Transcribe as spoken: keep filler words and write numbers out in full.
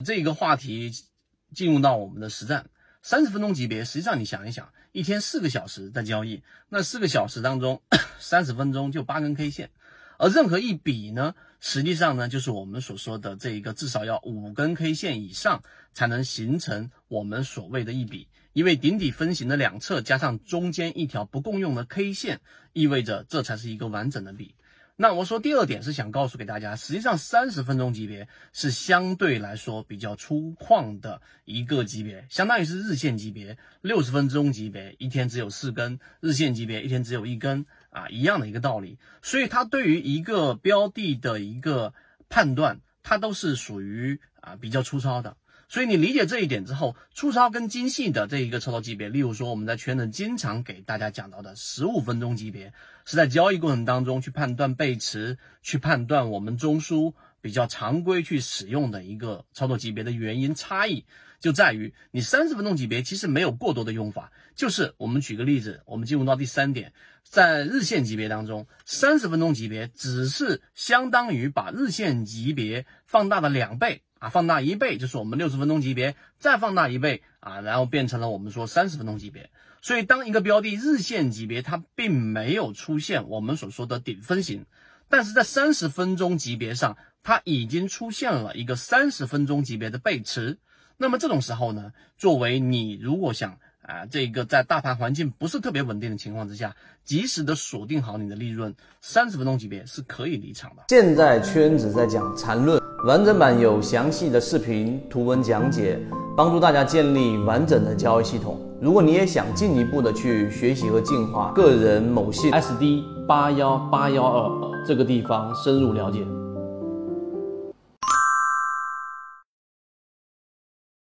这个话题进入到我们的实战，三十分钟级别，实际上你想一想，一天四个小时在交易，那四个小时当中三十分钟就八根 K 线，而任何一笔呢，实际上呢就是我们所说的这一个至少要五根 K 线以上才能形成我们所谓的一笔，因为顶底分型的两侧加上中间一条不共用的 K 线，意味着这才是一个完整的笔。那我说第二点是想告诉给大家，实际上三十分钟级别是相对来说比较粗犷的一个级别，相当于是日线级别，六十分钟级别一天只有四根，日线级别一天只有一根啊，一样的一个道理。所以它对于一个标的的一个判断，它都是属于啊比较粗糙的。所以你理解这一点之后，粗糙跟精细的这一个操作级别，例如说我们在圈内经常给大家讲到的十五分钟级别，是在交易过程当中去判断背驰，去判断我们中枢比较常规去使用的一个操作级别的原因差异，就在于你三十分钟级别其实没有过多的用法，就是我们举个例子，我们进入到第三点，在日线级别当中，三十分钟级别只是相当于把日线级别放大了两倍啊，放大一倍就是我们六十分钟级别，再放大一倍啊，然后变成了我们说三十分钟级别。所以当一个标的日线级别它并没有出现我们所说的顶分型，但是在三十分钟级别上，它已经出现了一个三十分钟级别的背驰。那么这种时候呢，作为你如果想啊，这个在大盘环境不是特别稳定的情况之下，及时的锁定好你的利润，三十分钟级别是可以离场的。 现在圈子在讲缠论，完整版有详细的视频、图文讲解，帮助大家建立完整的交易系统。如果你也想进一步的去学习和进化，个人某信 S D 八一八一二这个地方深入了解。